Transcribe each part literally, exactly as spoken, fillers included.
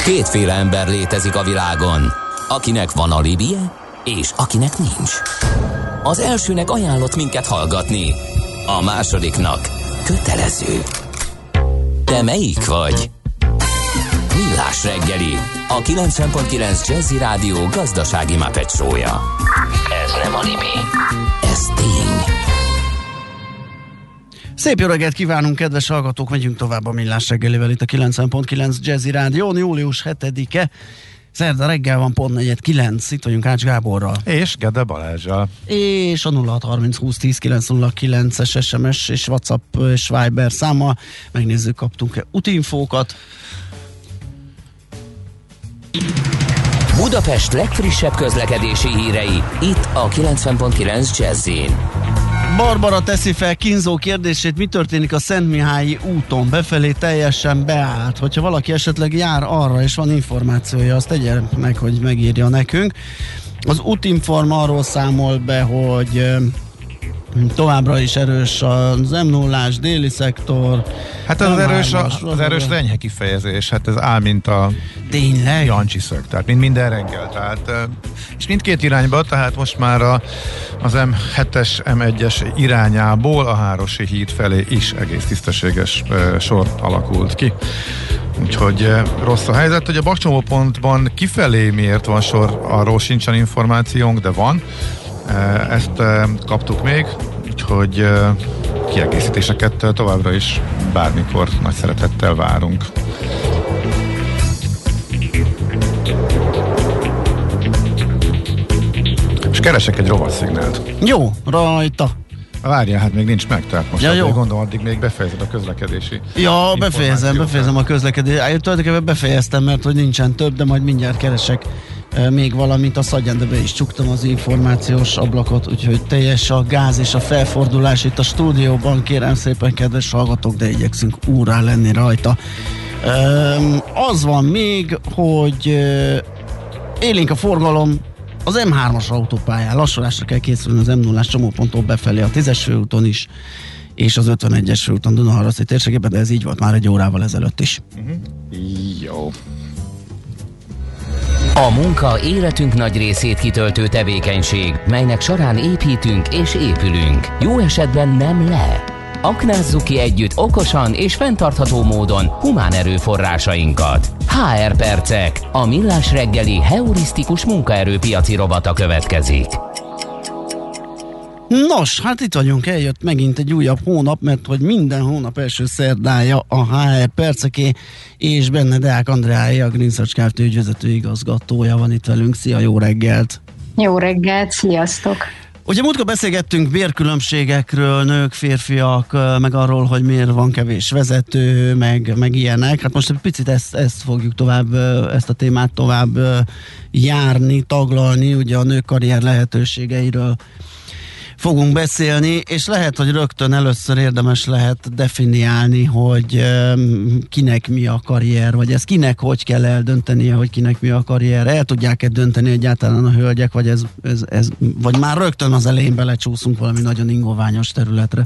Kétféle ember létezik a világon, akinek van alibije, és akinek nincs. Az elsőnek ajánlott minket hallgatni, a másodiknak kötelező. Te melyik vagy? Millás reggeli, a kilencven pont kilenc Jazzy Rádió gazdasági Muppet show-ja. Ez nem anime, ez tény. Szép jó reggelt kívánunk, kedves hallgatók, megyünk tovább a Millás reggelivel itt a kilencven pont kilenc Jazzy Rádió, július hetedike. Szerda reggel van, pont negyed kilenc, itt vagyunk Ács Gáborral. És Gede Balázsral. És a nulla hat harminc húsz tíz kilenc nulla kilences es em es és WhatsApp és Viber számmal. Megnézzük, kaptunk-e útinfókat. Budapest legfrissebb közlekedési hírei, itt a kilencven pont kilenc Jazzyn. Barbara teszi fel kínzó kérdését, mi történik a Szentmihályi úton, befelé teljesen beállt. Hogyha valaki esetleg jár arra, és van információja, azt tegye meg, hogy megírja nekünk. Az Útinform arról számol be, hogy továbbra is erős az em nullás déli szektor. Hát az, az erős, az, az erős enyhe kifejezés, hát ez áll, mint a tényleg? Jancsi szög, tehát mint minden reggel, tehát, és mindkét irányba, tehát most már a, az em hetes, em egyes irányából a Hárosi híd felé is egész tisztességes e, sor alakult ki. Úgyhogy e, rossz a helyzet, hogy a bakcsomópontban kifelé miért van sor, arról sincsen információnk, de van. Ezt kaptuk még, úgyhogy kiegészítéseket továbbra is bármikor nagy szeretettel várunk. És keresek egy rovatszignált. Jó, rajta. Várjál, hát még nincs meg, tehát most ja, jó. Gondolom, addig még befejezed a közlekedési. Ja, befejezem, befejezem a közlekedési. Tulajdonképpen befejeztem, mert hogy nincsen több, de majd mindjárt keresek még valamint a szagyan, de be is csuktam az információs ablakot, úgyhogy teljes a gáz és a felfordulás itt a stúdióban, kérem szépen, kedves hallgatók, de igyekszünk úrrá lenni rajta. Az van még, hogy élénk a forgalom az em hármas autópályán, lassulásra kell készülni az em nullás csomóponttól befelé a tízes főúton is, és az ötvenegyes főúton Dunaharaszti térségében, de ez így volt már egy órával ezelőtt is. Uh-huh. Jó. A munka életünk nagy részét kitöltő tevékenység, melynek során építünk és épülünk. Jó esetben nem le. Aknázzuk ki együtt okosan és fenntartható módon humán erőforrásainkat. há er Percek, a Millás reggeli heurisztikus munkaerőpiaci rovata következik. Nos, hát itt vagyunk, eljött megint egy újabb hónap, mert hogy minden hónap első szerdája a há er Perceké, és benne Deák Andreáé, a Green Search Kft. Ügyvezető igazgatója van itt velünk. Szia, jó reggelt! Jó reggelt, sziasztok! Ugye múltkor beszélgettünk bérkülönbségekről, nők, férfiak, meg arról, hogy miért van kevés vezető, meg, meg ilyenek. Hát most egy picit ezt, ezt fogjuk tovább, ezt a témát tovább járni, taglalni, ugye a nők karrier lehetőségeiről fogunk beszélni, és lehet, hogy rögtön először érdemes lehet definiálni, hogy um, kinek mi a karrier, vagy ez kinek hogy kell eldöntenie, hogy kinek mi a karrier. El tudják-e dönteni egyáltalán a hölgyek, vagy ez, ez, ez vagy már rögtön az elején belecsúszunk valami nagyon ingoványos területre?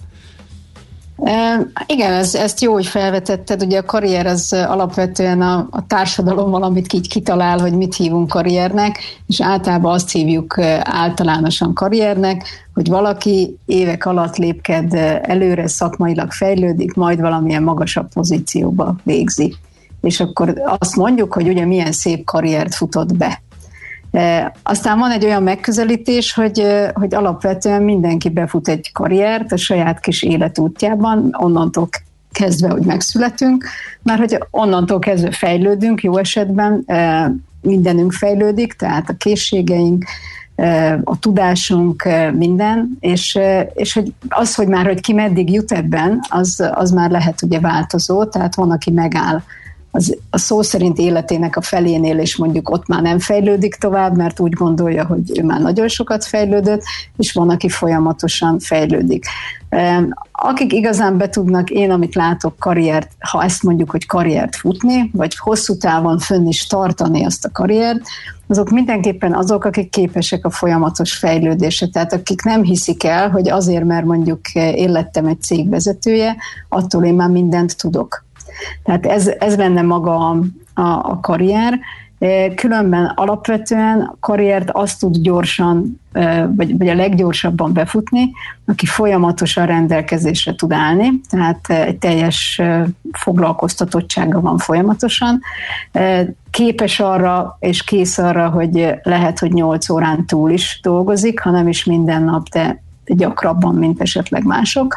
E, igen, ez, ezt jó, hogy felvetetted. Ugye a karrier az alapvetően a, a társadalom valamit így kitalál, hogy mit hívunk karriernek, és általában azt hívjuk általánosan karriernek, hogy valaki évek alatt lépked előre, szakmailag fejlődik, majd valamilyen magasabb pozícióba végzi. És akkor azt mondjuk, hogy ugye milyen szép karriert futott be. E, aztán van egy olyan megközelítés, hogy, hogy alapvetően mindenki befut egy karriert a saját kis életútjában, onnantól kezdve, hogy megszületünk, mert hogy onnantól kezdve fejlődünk, jó esetben e, mindenünk fejlődik, tehát a készségeink, e, a tudásunk, e, minden, és, e, és hogy az, hogy már hogy ki meddig jut ebben, az, az már lehet ugye változó, tehát van, aki megáll az, a szó szerint életének a felénél, és mondjuk ott már nem fejlődik tovább, mert úgy gondolja, hogy ő már nagyon sokat fejlődött, és van, aki folyamatosan fejlődik. Akik igazán be tudnak, én amit látok, karriert, ha ezt mondjuk, hogy karriert futni, vagy hosszú távon fönn is tartani azt a karriert, azok mindenképpen azok, akik képesek a folyamatos fejlődésre. Tehát akik nem hiszik el, hogy azért, mert mondjuk én lettem egy cég vezetője, attól én már mindent tudok. Tehát ez, ez benne maga a, a karrier. Különben alapvetően a karriert azt tud gyorsan, vagy, vagy a leggyorsabban befutni, aki folyamatosan rendelkezésre tud állni, tehát egy teljes foglalkoztatottsága van folyamatosan. Képes arra, és kész arra, hogy lehet, hogy nyolc órán túl is dolgozik, ha nem is minden nap, de gyakrabban, mint esetleg mások.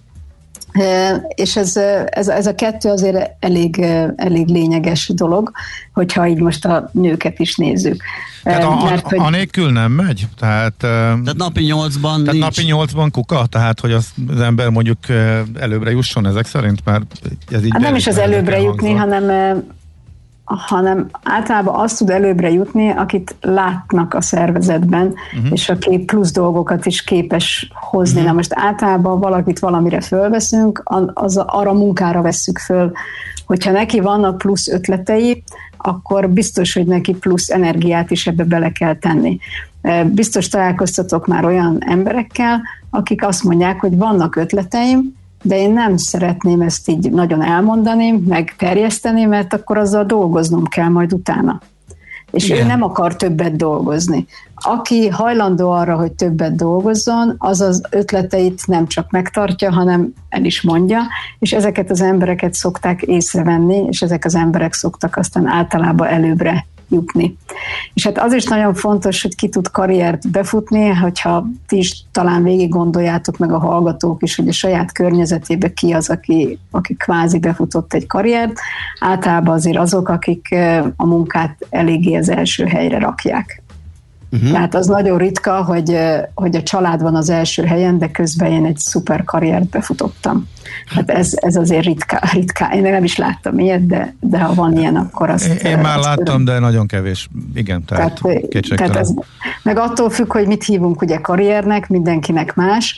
És ez, ez, ez a kettő azért elég, elég lényeges dolog, hogyha így most a nőket is nézzük. Tehát a, Mert, a, hogy... anélkül nem megy? Tehát, tehát napi nyolcban tehát nincs. napi nyolcban kuka? Tehát, hogy az, az ember mondjuk előbbre jusson ezek szerint? Mert ez így hát nem is az előbbre jutni, hangzol. hanem hanem általában azt tud előbbre jutni, akit látnak a szervezetben, uh-huh. és aki plusz dolgokat is képes hozni. Uh-huh. Na most általában valakit valamire fölveszünk, az arra munkára vesszük föl, hogyha neki vannak plusz ötletei, akkor biztos, hogy neki plusz energiát is ebbe bele kell tenni. Biztos találkoztatok már olyan emberekkel, akik azt mondják, hogy vannak ötleteim, de én nem szeretném ezt így nagyon elmondani, meg terjeszteni, mert akkor azzal dolgoznom kell majd utána. És igen. Ő nem akar többet dolgozni. Aki hajlandó arra, hogy többet dolgozzon, az az ötleteit nem csak megtartja, hanem el is mondja, és ezeket az embereket szokták észrevenni, és ezek az emberek szoktak aztán általában előbbre jutni. És hát az is nagyon fontos, hogy ki tud karriert befutni, hogyha ti is talán végig gondoljátok meg a hallgatók is, hogy a saját környezetébe ki az, aki, aki kvázi befutott egy karriert. Általában azért azok, akik a munkát eléggé az első helyre rakják. Uh-huh. Tehát az nagyon ritka, hogy, hogy a család van az első helyen, de közben én egy szuper karriert befutottam. Hát ez, ez azért ritka, ritka. Én nem is láttam ilyet, de, de ha van ilyen, akkor azt... Én, én már azt láttam, öröm. De nagyon kevés. Igen, tehát, tehát, tehát ez, meg attól függ, hogy mit hívunk ugye karriernek, mindenkinek más,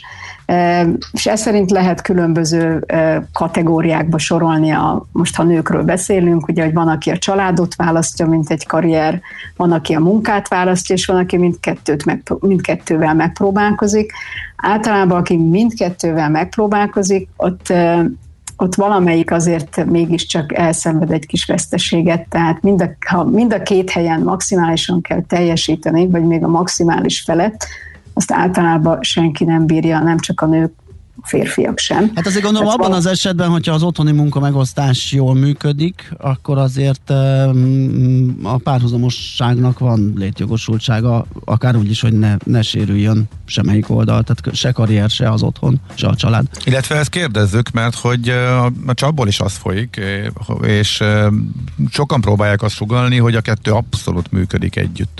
és ez szerint lehet különböző kategóriákba sorolni, a, most ha nőkről beszélünk, ugye, hogy van, aki a családot választja, mint egy karrier, van, aki a munkát választja, és van, aki mindkettőt meg, mindkettővel megpróbálkozik. Általában, aki mindkettővel megpróbálkozik, ott, ott valamelyik azért mégiscsak elszenved egy kis veszteséget, tehát mind a, ha mind a két helyen maximálisan kell teljesíteni, vagy még a maximális felett, azt általában senki nem bírja, nem csak a nők, a férfiak sem. Hát azért gondolom, abban az esetben, hogyha az otthoni munkamegosztás jól működik, akkor azért a párhuzamosságnak van létjogosultsága, akár úgy is, hogy ne, ne sérüljön semmelyik oldal, tehát se karrier, se az otthon, se a család. Illetve ezt kérdezzük, mert hogy a csapból is az folyik, és sokan próbálják azt sugallni, hogy a kettő abszolút működik együtt.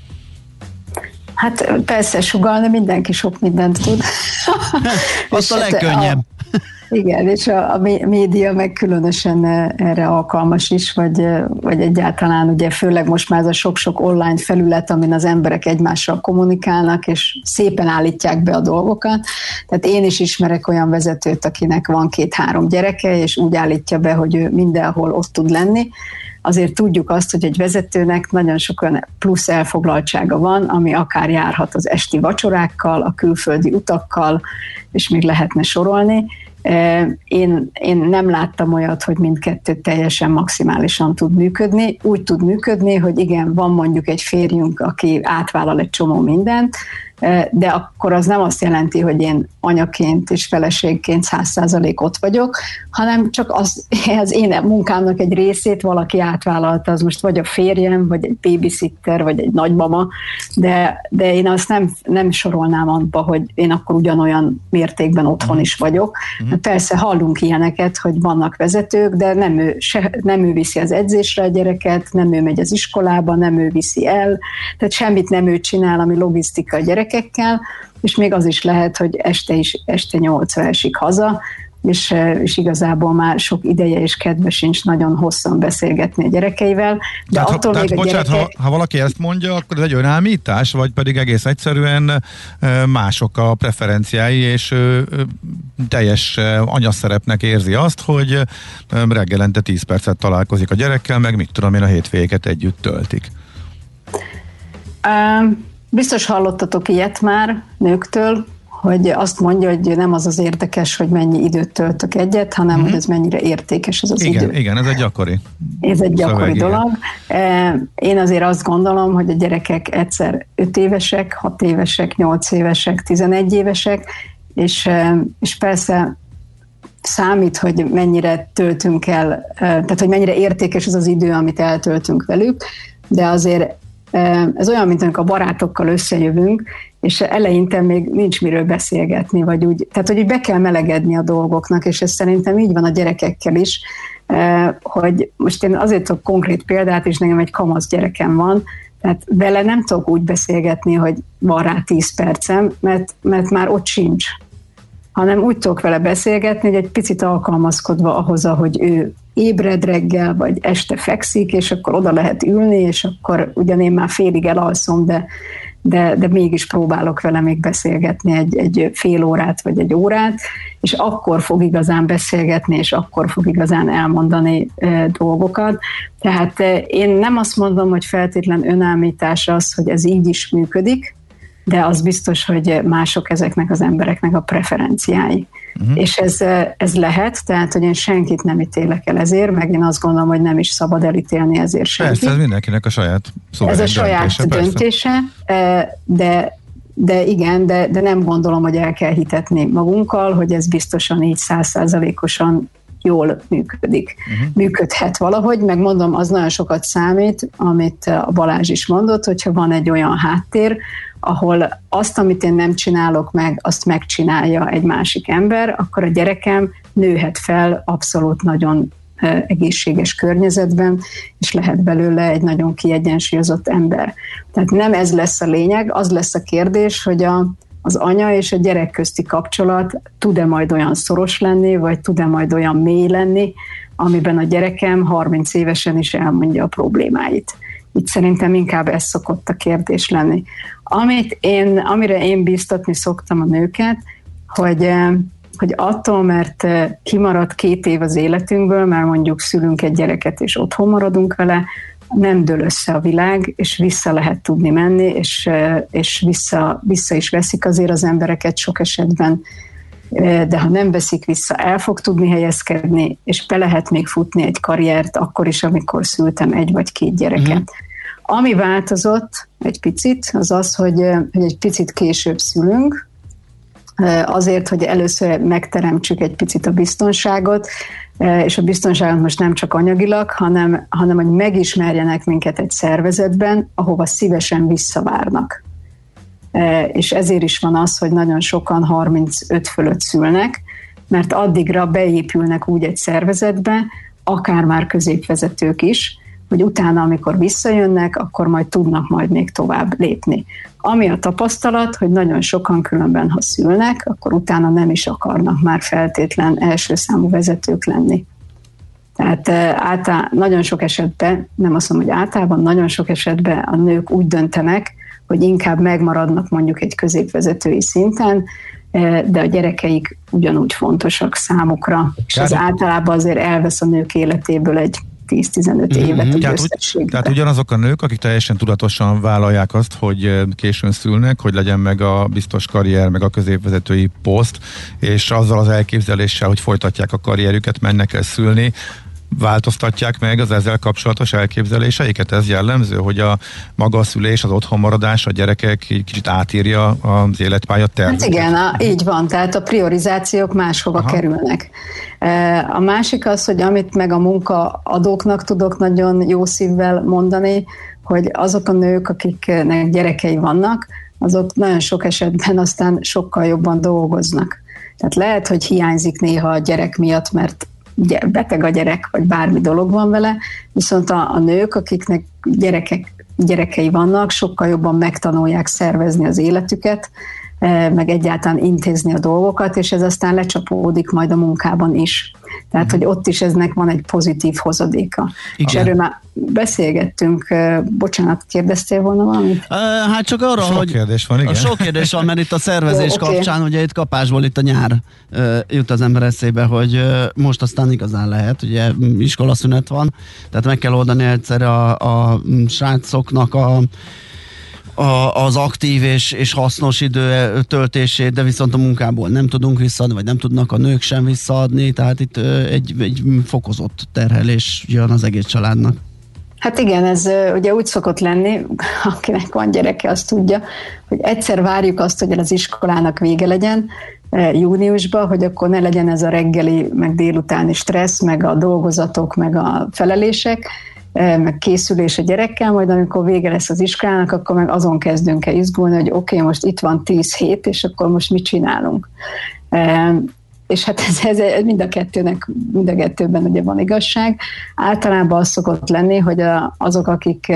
Hát persze, sugallni mindenki sok mindent tud. Azt a legkönnyebb. A, igen, és a, a média meg különösen erre alkalmas is, vagy, vagy egyáltalán ugye főleg most már ez a sok-sok online felület, amin az emberek egymással kommunikálnak, és szépen állítják be a dolgokat. Tehát én is ismerek olyan vezetőt, akinek van két-három gyereke, és úgy állítja be, hogy ő mindenhol ott tud lenni. Azért tudjuk azt, hogy egy vezetőnek nagyon sok olyan plusz elfoglaltsága van, ami akár járhat az esti vacsorákkal, a külföldi utakkal, és még lehetne sorolni. Én, én nem láttam olyat, hogy mindkettő teljesen maximálisan tud működni. Úgy tud működni, hogy igen, van mondjuk egy férjünk, aki átvállal egy csomó mindent, de akkor az nem azt jelenti, hogy én anyaként és feleségként száz százalék ott vagyok, hanem csak az, az én munkámnak egy részét valaki átvállalta, az most vagy a férjem, vagy egy babysitter, vagy egy nagymama, de, de én azt nem, nem sorolnám abba, hogy én akkor ugyanolyan mértékben otthon is vagyok. Uh-huh. Persze hallunk ilyeneket, hogy vannak vezetők, de nem ő, se, nem ő viszi az edzésre a gyereket, nem ő megy az iskolába, nem ő viszi el, tehát semmit nem ő csinál, ami logisztika a gyerek, és még az is lehet, hogy este is este nyolcra esik haza, és, és igazából már sok ideje és kedve sincs nagyon hosszan beszélgetni a gyerekeivel. De tehát, attól tehát, még a bocsánat, gyereke... ha, ha valaki ezt mondja, akkor ez egy önállítás, vagy pedig egész egyszerűen mások a preferenciái, és teljes anyaszerepnek érzi azt, hogy reggelente tíz percet találkozik a gyerekkel, meg mit tudom én, a hétvégéket együtt töltik. Um, Biztos hallottatok ilyet már nőktől, hogy azt mondja, hogy nem az az érdekes, hogy mennyi időt töltök egyet, hanem mm-hmm. hogy ez mennyire értékes az az igen, idő. Igen, ez egy gyakori. Ez egy gyakori szöveg, dolog. Igen. Én azért azt gondolom, hogy a gyerekek egyszer öt évesek, hat évesek, nyolc évesek, tizenegy évesek, és, és persze számít, hogy mennyire töltünk el, tehát hogy mennyire értékes az az idő, amit eltöltünk velük, de azért ez olyan, mint amikor a barátokkal összejövünk, és eleinte még nincs miről beszélgetni, vagy úgy, tehát hogy úgy be kell melegedni a dolgoknak, és ez szerintem így van a gyerekekkel is, hogy most én azért tudok konkrét példát, és nekem egy kamasz gyerekem van, tehát vele nem tudok úgy beszélgetni, hogy van rá tíz percem, mert, mert már ott sincs, hanem úgy tudok vele beszélgetni, hogy egy picit alkalmazkodva ahhoz, ahogy ő ébred reggel, vagy este fekszik, és akkor oda lehet ülni, és akkor ugyan én már félig elalszom, de, de, de mégis próbálok vele még beszélgetni egy, egy fél órát, vagy egy órát, és akkor fog igazán beszélgetni, és akkor fog igazán elmondani e, dolgokat. Tehát e, én nem azt mondom, hogy feltétlen önállítás az, hogy ez így is működik, de az biztos, hogy mások ezeknek az embereknek a preferenciái. Uh-huh. És ez, ez lehet, tehát, hogy én senkit nem ítélek el ezért, meg én azt gondolom, hogy nem is szabad elítélni ezért senkit. Persze, ez mindenkinek a saját Ez a saját döntése, döntése de, de igen, de, de nem gondolom, hogy el kell hitetni magunkkal, hogy ez biztosan így száz százalékosan jól működik. Uh-huh. Működhet valahogy, meg mondom, az nagyon sokat számít, amit a Balázs is mondott, hogyha van egy olyan háttér, ahol azt, amit én nem csinálok meg, azt megcsinálja egy másik ember, akkor a gyerekem nőhet fel abszolút nagyon egészséges környezetben, és lehet belőle egy nagyon kiegyensúlyozott ember. Tehát nem ez lesz a lényeg, az lesz a kérdés, hogy a, az anya és a gyerek közti kapcsolat tud-e majd olyan szoros lenni, vagy tud-e majd olyan mély lenni, amiben a gyerekem harminc évesen is elmondja a problémáit. Itt szerintem inkább ez szokott a kérdés lenni. Amit én, amire én bíztatni szoktam a nőket, hogy, hogy attól, mert kimarad két év az életünkből, mert mondjuk szülünk egy gyereket, és otthon maradunk vele, nem dől össze a világ, és vissza lehet tudni menni, és, és vissza, vissza is veszik azért az embereket sok esetben, de ha nem veszik vissza, el fog tudni helyezkedni, és be lehet még futni egy karriert, akkor is, amikor szültem egy vagy két gyereket. Mm-hmm. Ami változott egy picit, az az, hogy, hogy egy picit később szülünk, azért, hogy először megteremtsük egy picit a biztonságot, és a biztonságot most nem csak anyagilag, hanem, hanem hogy megismerjenek minket egy szervezetben, ahova szívesen visszavárnak. És ezért is van az, hogy nagyon sokan harmincöt fölött szülnek, mert addigra beépülnek úgy egy szervezetbe, akár már középvezetők is, hogy utána, amikor visszajönnek, akkor majd tudnak majd még tovább lépni. Ami a tapasztalat, hogy nagyon sokan különben, ha szülnek, akkor utána nem is akarnak már feltétlen első számú vezetők lenni. Tehát általán, nagyon sok esetben, nem azt mondom, hogy általában, nagyon sok esetben a nők úgy döntenek, hogy inkább megmaradnak mondjuk egy középvezetői szinten, de a gyerekeik ugyanúgy fontosak számukra, és az általában azért elvesz a nők életéből egy tíz-tizenöt évet mm-hmm. tehát, úgy, tehát ugyanazok a nők, akik teljesen tudatosan vállalják azt, hogy későn szülnek, hogy legyen meg a biztos karrier, meg a középvezetői poszt, és azzal az elképzeléssel, hogy folytatják a karrierüket, mennek el szülni, változtatják meg az ezzel kapcsolatos elképzeléseiket? Ez jellemző, hogy a maga a szülés, az otthonmaradás, a gyerekek így kicsit átírja az életpálya tervet? Hát igen, a, így van, tehát a priorizációk máshova Aha. kerülnek. A másik az, hogy amit meg a munkaadóknak tudok nagyon jó szívvel mondani, hogy azok a nők, akiknek gyerekei vannak, azok nagyon sok esetben aztán sokkal jobban dolgoznak. Tehát lehet, hogy hiányzik néha a gyerek miatt, mert beteg a gyerek, vagy bármi dolog van vele, viszont a, a nők, akiknek gyerekek, gyerekei vannak, sokkal jobban megtanulják szervezni az életüket, meg egyáltalán intézni a dolgokat, és ez aztán lecsapódik majd a munkában is. Tehát, hogy ott is eznek van egy pozitív hozadéka. Igen. És erről már beszélgettünk. Bocsánat, kérdeztél volna valamit? Hát csak arra, sok hogy... kérdés van, igen. Sok kérdés van, mert itt a szervezés Jó, kapcsán, okay. ugye itt kapásból itt a nyár uh, jut az ember eszébe, hogy uh, most aztán igazán lehet, ugye iskolaszünet van, tehát meg kell oldani egyszer a, a srácoknak a a, az aktív és, és hasznos idő töltését, de viszont a munkából nem tudunk visszaadni, vagy nem tudnak a nők sem visszaadni, tehát itt egy, egy fokozott terhelés jön az egész családnak. Hát igen, ez ugye úgy szokott lenni, akinek van gyereke, azt tudja, hogy egyszer várjuk azt, hogy az iskolának vége legyen júniusban, hogy akkor ne legyen ez a reggeli, meg délutáni stressz, meg a dolgozatok, meg a felelések, meg készülés a gyerekkel, majd amikor vége lesz az iskolának, akkor meg azon kezdünk el izgulni, hogy oké, okay, most itt van tíz hét, és akkor most mit csinálunk. És hát ez, ez mind a kettőnek, mind a kettőben ugye van igazság. Általában az szokott lenni, hogy a, azok, akik,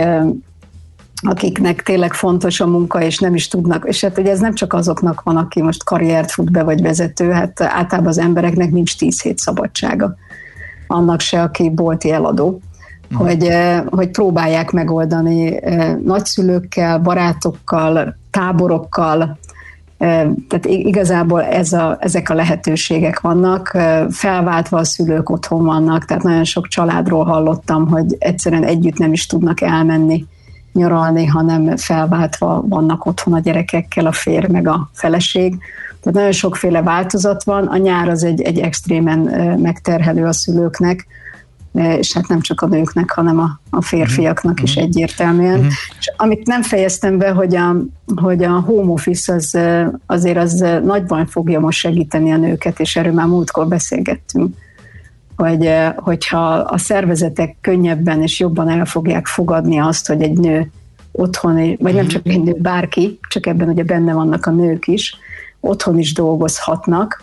akiknek tényleg fontos a munka, és nem is tudnak, és hát ugye ez nem csak azoknak van, aki most karriert fut be, vagy vezető, hát általában az embereknek nincs tíz hét szabadsága. Annak se, aki bolti eladó. Mm. Hogy, hogy próbálják megoldani nagyszülőkkel, barátokkal, táborokkal, tehát igazából ez a, ezek a lehetőségek vannak, felváltva a szülők otthon vannak, tehát nagyon sok családról hallottam, hogy egyszerűen együtt nem is tudnak elmenni nyaralni, hanem felváltva vannak otthon a gyerekekkel, a férj meg a feleség. Tehát nagyon sokféle változat van, a nyár az egy, egy extrémen megterhelő a szülőknek, és hát nem csak a nőknek, hanem a, a férfiaknak uh-huh. is egyértelműen. Uh-huh. És amit nem fejeztem be, hogy a, hogy a home office az, azért az nagyban fogja most segíteni a nőket, és erről már múltkor beszélgettünk, hogy, hogyha a szervezetek könnyebben és jobban el fogják fogadni azt, hogy egy nő otthon, vagy nem csak egy nő, bárki, csak ebben ugye benne vannak a nők is, otthon is dolgozhatnak,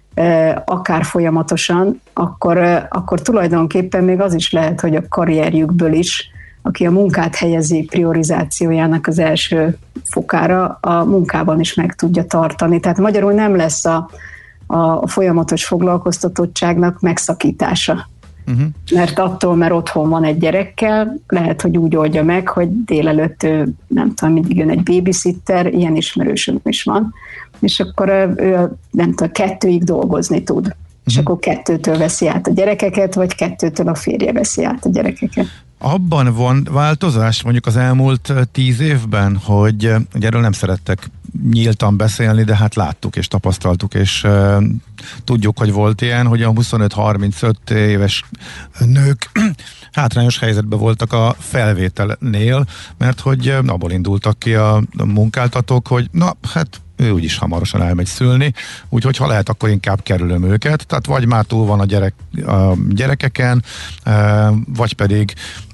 akár folyamatosan, akkor, akkor tulajdonképpen még az is lehet, hogy a karrierjükből is, aki a munkát helyezi priorizációjának az első fokára, a munkában is meg tudja tartani. Tehát magyarul nem lesz a, a folyamatos foglalkoztatottságnak megszakítása. Uh-huh. Mert attól, mert otthon van egy gyerekkel, lehet, hogy úgy oldja meg, hogy délelőtt ő, nem tudom, mindig jön egy babysitter, ilyen ismerősöm is van, és akkor ő, nem tudom, kettőig dolgozni tud. Uh-huh. És akkor kettőtől veszi át a gyerekeket, vagy kettőtől a férje veszi át a gyerekeket. Abban van változás mondjuk az elmúlt tíz évben, hogy ugye erről nem szerettek nyíltan beszélni, de hát láttuk és tapasztaltuk, és uh, tudjuk, hogy volt ilyen, hogy a huszonöt-harmincöt éves nők hátrányos helyzetben voltak a felvételnél, mert hogy abból indultak ki a munkáltatók, hogy na, hát ő úgyis hamarosan elmegy szülni, úgyhogy ha lehet, akkor inkább kerülöm őket, tehát vagy már túl van a, gyerek, a gyerekeken, vagy pedig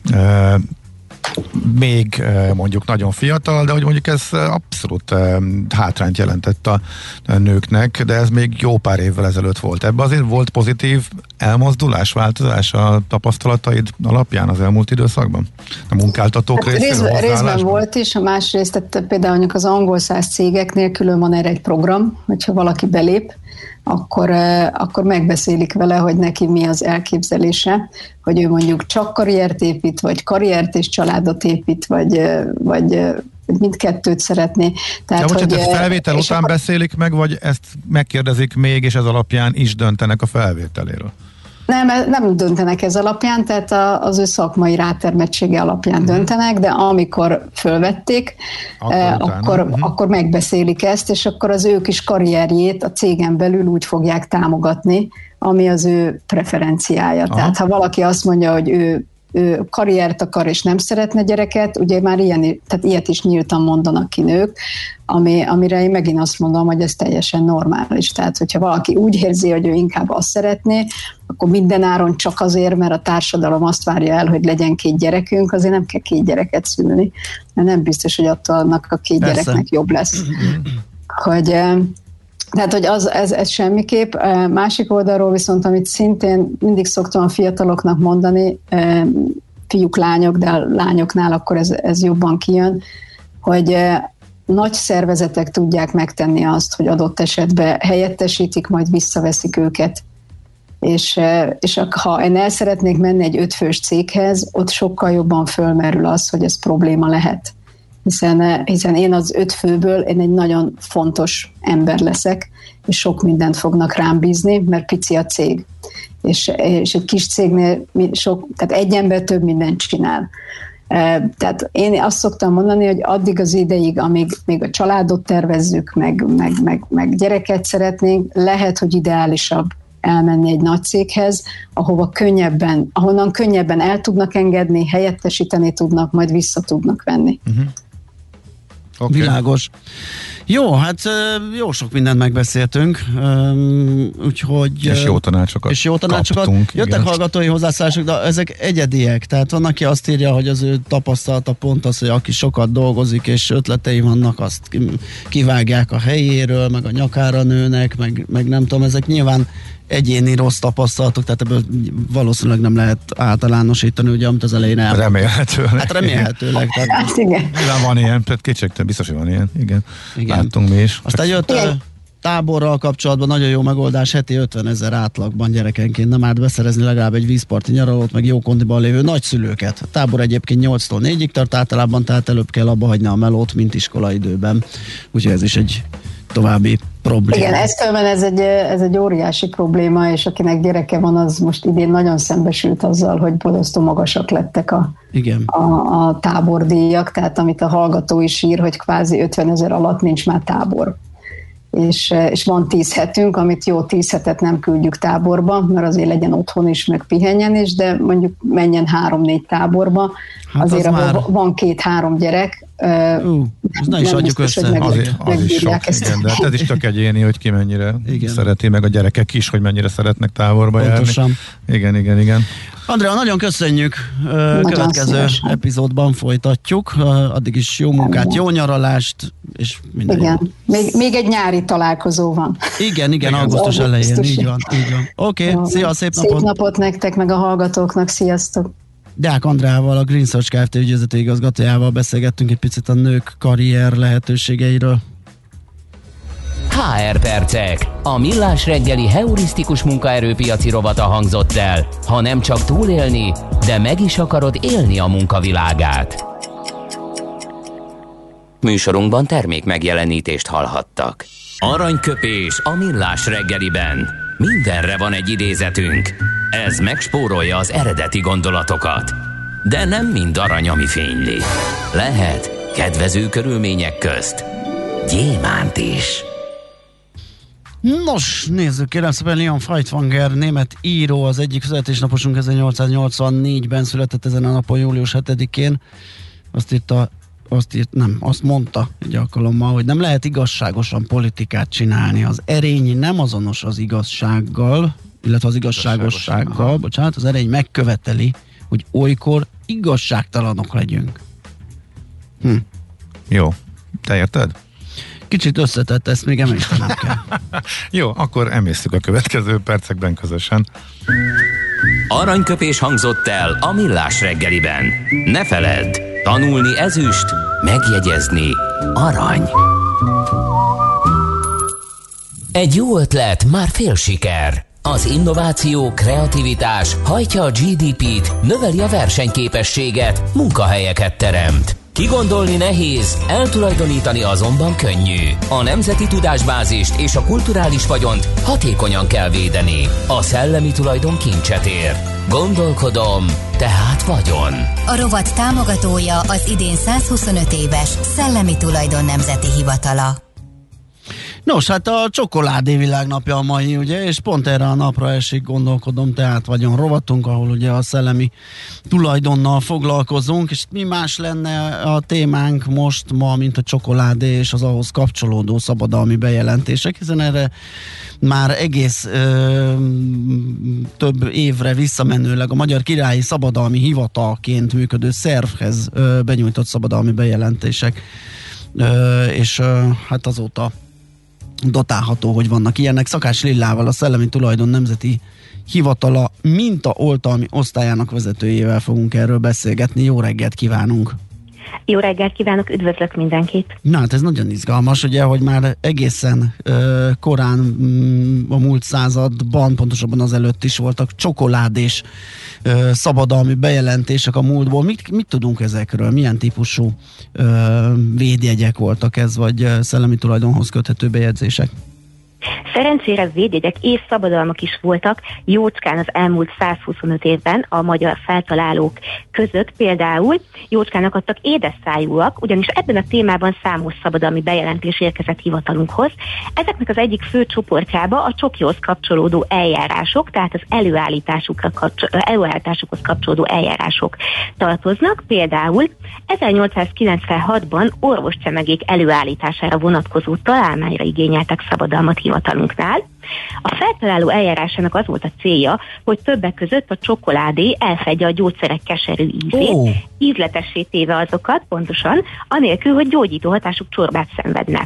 még mondjuk nagyon fiatal, de hogy mondjuk ez abszolút hátrányt jelentett a nőknek, de ez még jó pár évvel ezelőtt volt. Ebben azért volt pozitív elmozdulás, változás a tapasztalataid alapján az elmúlt időszakban? A munkáltatók hát részben, részben volt is, a másrészt, tehát például mondjuk az angol száz cégeknél külön van erre egy program, hogyha valaki belép, akkor, akkor megbeszélik vele, hogy neki mi az elképzelése, hogy ő mondjuk csak karriert épít, vagy karriert és családot épít, vagy, vagy mindkettőt szeretné. Tehát, ja, hogy, hogy, ezt felvétel után akkor beszélik meg, vagy ezt megkérdezik még, és ez alapján is döntenek a felvételéről? Nem, nem döntenek ez alapján, tehát az ő szakmai rátermettsége alapján uh-huh. döntenek, de amikor fölvették, akkor, eh, akkor, uh-huh. akkor megbeszélik ezt, és akkor az ő kis karrierjét a cégen belül úgy fogják támogatni, ami az ő preferenciája. Aha. Tehát ha valaki azt mondja, hogy ő, ő karriert akar és nem szeretne gyereket, ugye már ilyen, tehát ilyet is nyíltan mondanak ki nők, ami, amire én megint azt mondom, hogy ez teljesen normális. Tehát, hogyha valaki úgy érzi, hogy ő inkább azt szeretné, akkor mindenáron csak azért, mert a társadalom azt várja el, hogy legyen két gyerekünk, azért nem kell két gyereket szülni, mert nem biztos, hogy attól annak a két Persze. gyereknek jobb lesz. Hogy, tehát, hogy az, ez, ez semmiképp. Másik oldalról viszont, amit szintén mindig szoktam a fiataloknak mondani, fiúk, lányok, de a lányoknál akkor ez, ez jobban kijön, hogy nagy szervezetek tudják megtenni azt, hogy adott esetben helyettesítik, majd visszaveszik őket. És, és ha én el szeretnék menni egy ötfős céghez, ott sokkal jobban fölmerül az, hogy ez probléma lehet. Hiszen, hiszen én az öt főből én egy nagyon fontos ember leszek, és sok mindent fognak rám bízni, mert pici a cég. És, és egy kis cégnél sok, tehát egy ember több mindent csinál. Tehát én azt szoktam mondani, hogy addig az ideig, amíg még a családot tervezzük, meg, meg, meg, meg gyereket szeretnénk, lehet, hogy ideálisabb elmenni egy nagy céghez, ahova könnyebben, ahonnan könnyebben el tudnak engedni, helyettesíteni tudnak, majd vissza tudnak venni. Uh-huh. Okay. Világos. Jó, hát jó sok mindent megbeszéltünk, úgyhogy... És jó tanácsokat És jó tanácsokat. kaptunk. Jöttek igen. hallgatói hozzászólások, de ezek egyediek. Tehát van, aki azt írja, hogy az ő tapasztalata pont az, hogy aki sokat dolgozik, és ötletei vannak, azt kivágják a helyéről, meg a nyakára nőnek, meg, meg nem tudom, ezek nyilván egyéni rossz tapasztalatok, tehát ebből valószínűleg nem lehet általánosítani, ugye, amit az elején el. Remélhetőleg. Hát remélhetőleg. Tehát... Hát igen. Nyilván van ilyen, tehát kétségtelen, biztos, hogy van ilyen. Igen. Igen. Láttunk mi is. Aztán jött a táborral kapcsolatban nagyon jó megoldás, heti ötvenezer átlagban gyerekenként nem árt beszerezni legalább egy vízparti nyaralót, meg jó kondiban lévő nagyszülőket. A tábor egyébként nyolctól négyig tart általában, tehát előbb kell abba hagyni a melót, mint iskolaidőben. Úgyhogy ez is egy további probléma. Igen, ez különben ez egy, ez egy óriási probléma, és akinek gyereke van, az most idén nagyon szembesült azzal, hogy borzasztó magasak lettek a, Igen. a, a tábordíjak, tehát amit a hallgató is ír, hogy kvázi ötvenezer alatt nincs már tábor. És, és van tíz hetünk, amit jó tíz hetet nem küldjük táborba, mert azért legyen otthon is, meg pihenjen is, de mondjuk menjen három-négy táborba, hát azért az ahol már... van két-három gyerek, uh, ne is adjuk biztos, össze. meg, azért, az is sok, igen, de hát ez is csak egyéni, hogy ki mennyire igen. szereti, meg a gyerekek is, hogy mennyire szeretnek táborba Pontosan. járni. Igen, igen, igen. Andrea, nagyon köszönjük. Nagyon Következő szívesen. epizódban folytatjuk. Addig is jó munkát, jó nyaralást, és minden igen. jó. Még, még egy nyári találkozó van. Igen, igen, augusztus elején, így van. Így van. Oké, okay, szia, szép napot! Szép napot nektek, meg a hallgatóknak, sziasztok! Deák Andrával, a Green Search Kft. Ügyvezető igazgatójával beszélgettünk egy picit a nők karrier lehetőségeiről. há er percek. A millás reggeli heurisztikus munkaerőpiaci rovata hangzott el. Ha nem csak túlélni, de meg is akarod élni a munkavilágát. Műsorunkban termék megjelenítést hallhattak. Aranyköpés a millás reggeliben. Mindenre van egy idézetünk. Ez megspórolja az eredeti gondolatokat. De nem mind arany, ami fényli. Lehet kedvező körülmények közt gyémánt is. Nos, nézzük, kérem szépen, Leon Feuchtwanger, német író, az egyik születésnaposunk ezernyolcszáznyolcvannégyben született ezen a napon, július hetedikén. Azt írta, azt írt, nem, azt mondta egy alkalommal, hogy nem lehet igazságosan politikát csinálni. Az erény nem azonos az igazsággal, illetve az igazságossággal, bocsánat, az erény megköveteli, hogy olykor igazságtalanok legyünk. Hm. Jó, te érted? Kicsit összetett, ezt még emésztenem kell. Jó, akkor emésztük a következő percekben közösen. Aranyköpés hangzott el a millás reggeliben. Ne feledd, tanulni ezüst, megjegyezni arany. Egy jó ötlet már fél siker. Az innováció, kreativitás hajtja a gé dé pét, növeli a versenyképességet, munkahelyeket teremt. Kigondolni nehéz, eltulajdonítani azonban könnyű. A nemzeti tudásbázist és a kulturális vagyont hatékonyan kell védeni. A szellemi tulajdon kincset ér. Gondolkodom, tehát vagyon. A rovat támogatója az idén százhuszonöt éves Szellemi Tulajdon Nemzeti Hivatala. Nos, hát a csokoládé világnapja a mai, ugye, és pont erre a napra esik, gondolkodom, tehát vagyon rovatunk, ahol ugye a szellemi tulajdonnal foglalkozunk, és mi más lenne a témánk most ma, mint a csokoládé és az ahhoz kapcsolódó szabadalmi bejelentések, hiszen erre már egész ö, több évre visszamenőleg a Magyar Királyi Szabadalmi Hivatalként működő szervhez ö, benyújtott szabadalmi bejelentések, ö, és ö, hát azóta dotálható, hogy vannak ilyenek. Szakás Lillával, a Szellemi Tulajdon Nemzeti Hivatala mintaoltalmi osztályának vezetőjével fogunk erről beszélgetni. Jó reggelt kívánunk! Jó reggelt kívánok, üdvözlök mindenkit! Na hát ez nagyon izgalmas, ugye, hogy már egészen ö, korán m, a múlt században, pontosabban az előtt is voltak csokoládés ö, szabadalmi bejelentések a múltból. Mit, mit tudunk ezekről? Milyen típusú ö, védjegyek voltak ez, vagy ö, szellemi tulajdonhoz köthető bejegyzések? Szerencsére védjegyek és szabadalmak is voltak jócskán az elmúlt százhuszonöt évben a magyar feltalálók között. Például jócskának adtak édesszájúak, ugyanis ebben a témában számos szabadalmi bejelentés érkezett hivatalunkhoz. Ezeknek az egyik fő csoportjába a csokihoz kapcsolódó eljárások, tehát az előállításukra kapcsol, előállításukhoz kapcsolódó eljárások tartoznak. Például ezernyolcszázkilencvenhatban orvoscsemegék előállítására vonatkozó találmányra igényeltek szabadalmat hivatalunknál. A feltaláló eljárásának az volt a célja, hogy többek között a csokoládé elfedje a gyógyszerek keserű ízét, oh. ízletessé téve azokat pontosan, anélkül, hogy gyógyító hatásuk csorbát szenvedne.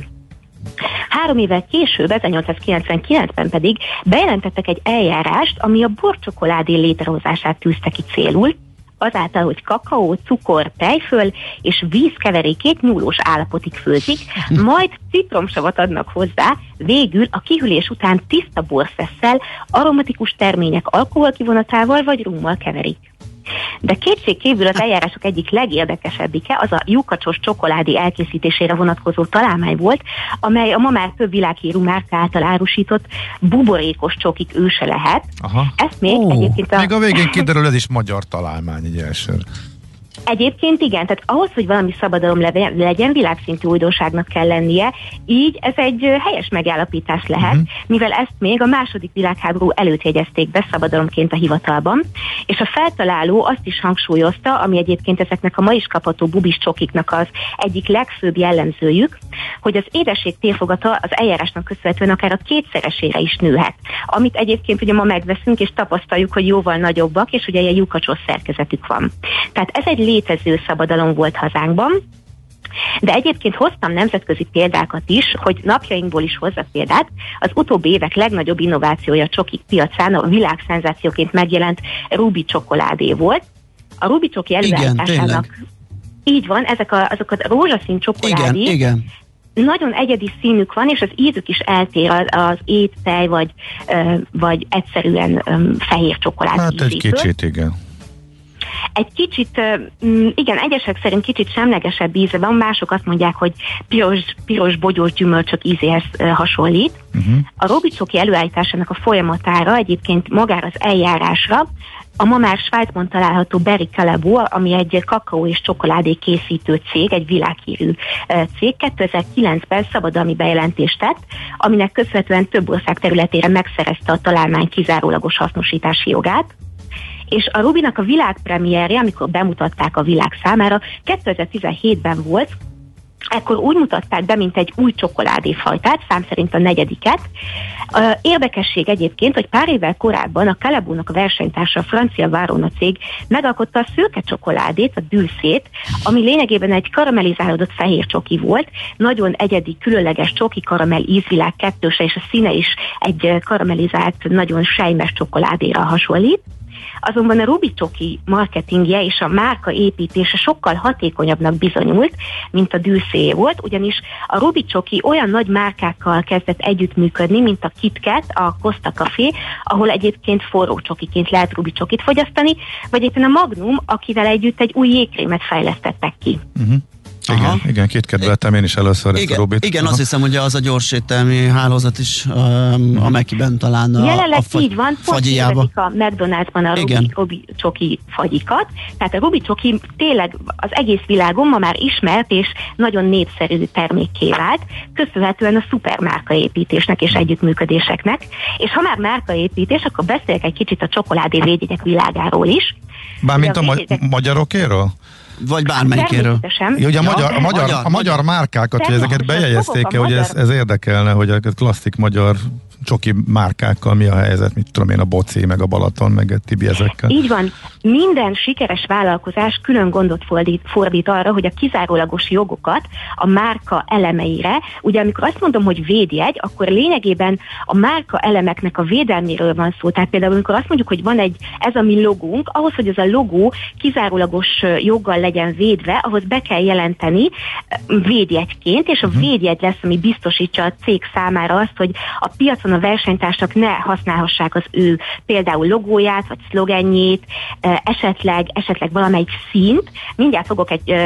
Három évvel később, ezernyolcszázkilencvenkilencben pedig bejelentettek egy eljárást, ami a borcsokoládé létrehozását tűzte ki célul, azáltal, hogy kakaó, cukor, tejföl és víz keverékét nyúlós állapotig főzik, majd citromsavat adnak hozzá, végül a kihűlés után tiszta borszesszel, aromatikus termények alkoholkivonatával vagy rummal keverik. De kétségkívül az eljárások egyik legérdekesebbike az a lyukacsos csokoládé elkészítésére vonatkozó találmány volt, amely a ma már több világhírű márka által árusított buborékos csokik őse lehet. Aha. Ezt még Ó, egyébként a... még a végén kiderül, ez is magyar találmány egy elsőre. Egyébként igen, tehát ahhoz, hogy valami szabadalom legyen, világszintű újdonságnak kell lennie, így ez egy helyes megállapítás lehet, uh-huh. mivel ezt még a második világháború előtt jegyezték be szabadalomként a hivatalban, és a feltaláló azt is hangsúlyozta, ami egyébként ezeknek a ma is kapható bubis csokiknak az egyik legfőbb jellemzőjük, hogy az édesség térfogata az eljárásnak köszönhetően akár a kétszeresére is nőhet, amit egyébként ugye ma megveszünk és tapasztaljuk, hogy jóval nagyobbak, és ugye ilyen lyukacsos szerkezetük van. Tehát ez egy létező szabadalom volt hazánkban, de egyébként hoztam nemzetközi példákat is, hogy napjainkból is hozzak példát. Az utóbbi évek legnagyobb innovációja a csokik piacán a világszenzációként megjelent Ruby csokoládé volt. A Ruby csoki előállításának így van, ezek a, azok a rózsaszín csokoládé. Igen, igen. Nagyon egyedi színük van, és az ízük is eltér az, az éttej, vagy, vagy egyszerűen fehér csokoládé. Hát egy ízétől. kicsit, igen. Egy kicsit, igen, egyesek szerint kicsit semlegesebb íze van, mások azt mondják, hogy piros, piros bogyós gyümölcsök ízéhez hasonlít. Uh-huh. A Ruby csoki előállításának a folyamatára, egyébként magára az eljárásra a ma már Svájcban található Berry Callebaut, ami egy kakaó és csokoládé készítő cég, egy világhírű cég, kétezer-kilencben szabadalmi bejelentést tett, aminek köszönhetően több ország területére megszerezte a találmány kizárólagos hasznosítási jogát. És a Rubinak a világpremierje, amikor bemutatták a világ számára, kétezer-tizenhétben volt, ekkor úgy mutatták be, mint egy új csokoládéfajtát, szám szerint a negyediket. Érdekesség egyébként, hogy pár évvel korábban a Callebautnak a versenytársa, a francia Varona cég megalkotta a szőke csokoládét, a dulcét, ami lényegében egy karamellizálódott fehér csoki volt, nagyon egyedi, különleges csoki karamell ízvilág kettőse, és a színe is egy karamellizált, nagyon sejmes csokoládéra hasonlít. Azonban a Ruby csoki marketingje és a márka építése sokkal hatékonyabbnak bizonyult, mint a dulcé volt, ugyanis a Ruby csoki olyan nagy márkákkal kezdett együttműködni, mint a KitKat, a Costa Café, ahol egyébként forró csokiként lehet Ruby csokit fogyasztani, vagy éppen a Magnum, akivel együtt egy új jégkrémet fejlesztettek ki. Uh-huh. Igen, igen, kedveltem én is először igen, ezt a Rubit. Igen, Aha. azt hiszem, hogy az a gyors-éttermi hálózat is um, a Mekiben talán a, jelenleg a fagy, így van, fagyiába. a McDonald'sban a Ruby, Ruby csoki fagyikat. Tehát a Ruby csoki tényleg az egész világon ma már ismert és nagyon népszerű termékké vált, köszönhetően a szupermárkaépítésnek és együttműködéseknek. És ha már márkaépítés, akkor beszéljek egy kicsit a csokoládé védjegyek világáról is. Bármint a, a védjegyek... magyarokéről? Vagy bármelyikéről. Ja, ugye a, magyar, a, magyar, a magyar márkákat, hogy ezeket bejegyezték-e, hogy ez, ez érdekelne, hogy a klasszik magyar csoki márkákkal mi a helyzet, mit tudom én, a Boci, meg a Balaton, meg a Tibi ezekkel. Így van. Minden sikeres vállalkozás külön gondot fordít, fordít arra, hogy a kizárólagos jogokat a márka elemeire, ugye amikor azt mondom, hogy védjegy, akkor lényegében a márka elemeknek a védelméről van szó. Tehát például amikor azt mondjuk, hogy van egy, ez a mi logónk, ahhoz, hogy ez a logó kizárólagos joggal legyen védve, ahhoz be kell jelenteni védjegyként, és a védjegy lesz, ami biztosítja a cég számára azt, hogy a piacon a versenytársak ne használhassák az ő például logóját, vagy szlogenjét, esetleg, esetleg valamelyik színt. Mindjárt fogok egy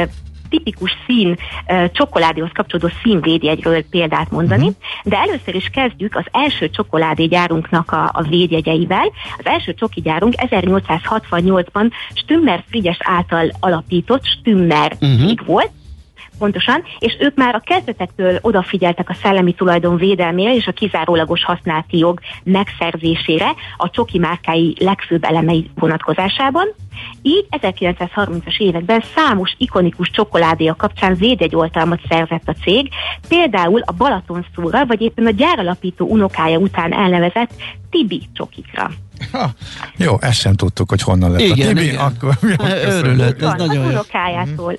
tipikus szín, csokoládéhoz kapcsolódó színvédjegyről példát mondani, uh-huh. de először is kezdjük az első csokoládégyárunknak a, a védjegyeivel. Az első csokigyárunk ezernyolcszázhatvannyolcban Stümmer Frigyes által alapított Stümmer uh-huh. cég volt, pontosan, és ők már a kezdetektől odafigyeltek a szellemi tulajdon védelmére és a kizárólagos használati jog megszerzésére a csoki márkái legfőbb elemei vonatkozásában. Így ezerkilencszázharmincas években számos ikonikus csokoládéja kapcsán védjegyoltalmat szerzett a cég, például a Balatonszóra, vagy éppen a gyáralapító unokája után elnevezett Tibi csokikra. Ha, jó, ezt sem tudtuk, hogy honnan lett igen, a Tibi, igen. akkor örülök, ez nagyon jó. Az unokájától.